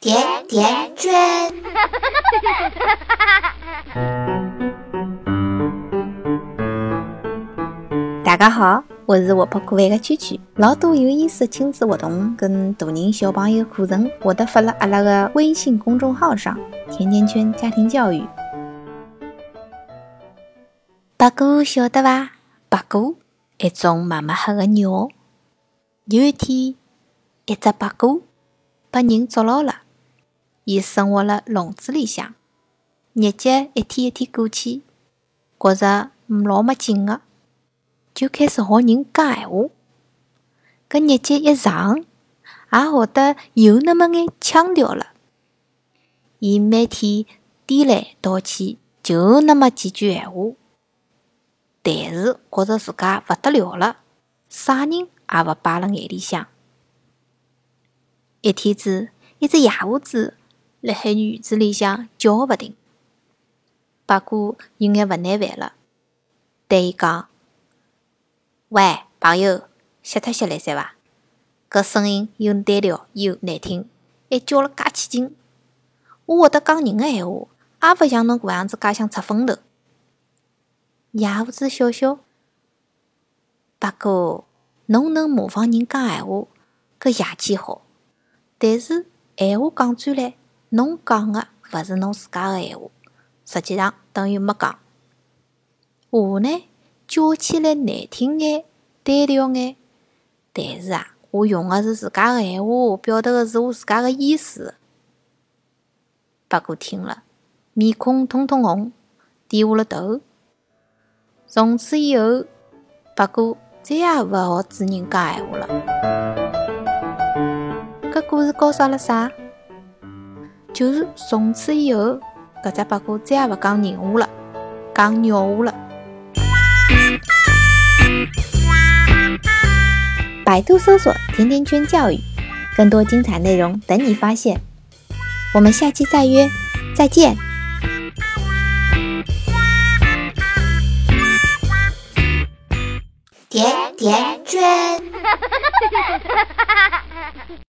甜甜圈。大家好，我是活泼可爱的圈圈。老多有意思的亲子活动跟大人小朋友课程，我都发了阿拉的微信公众号上，甜甜圈家庭教育。八哥晓得伐？八哥，一种麻麻黑的鸟。有一天，一只八哥被人捉牢了，伊生活辣笼子里向。日节一天一天过去，觉着老没劲个，就开始学人讲闲话。搿日节一长，也学得有那么眼腔调了。伊每天颠来倒去，就那么几句闲话。但是觉着自家勿得了了，啥人也勿摆辣眼里向。一天子，一只野兔子辣海院子里向叫个勿停。八哥有眼勿耐烦了，对伊讲：“喂，朋友，歇脱歇来三伐？搿声音又单调又难听，还叫了介起劲。我会得讲人个闲话，也勿像侬搿样子介想出风头。”野兔子笑笑：“八哥，侬能模仿人讲闲话，搿邪气好。但是闲话讲转来，侬讲个勿是侬自家个闲话，实际上等于没讲。话呢，叫起来难听眼，单调眼，但是我用个是自家个闲话，表达个是我自家个意思。”八哥听了，面孔通通红，低下了头。从此以后，八哥再也勿学主人讲闲话了。搿故事教啥了啥？就是从此以后，搿只八哥再也勿讲人话了，讲鸟话了。百度搜索“甜甜圈教育”，更多精彩内容等你发现。我们下期再约，再见。甜甜圈。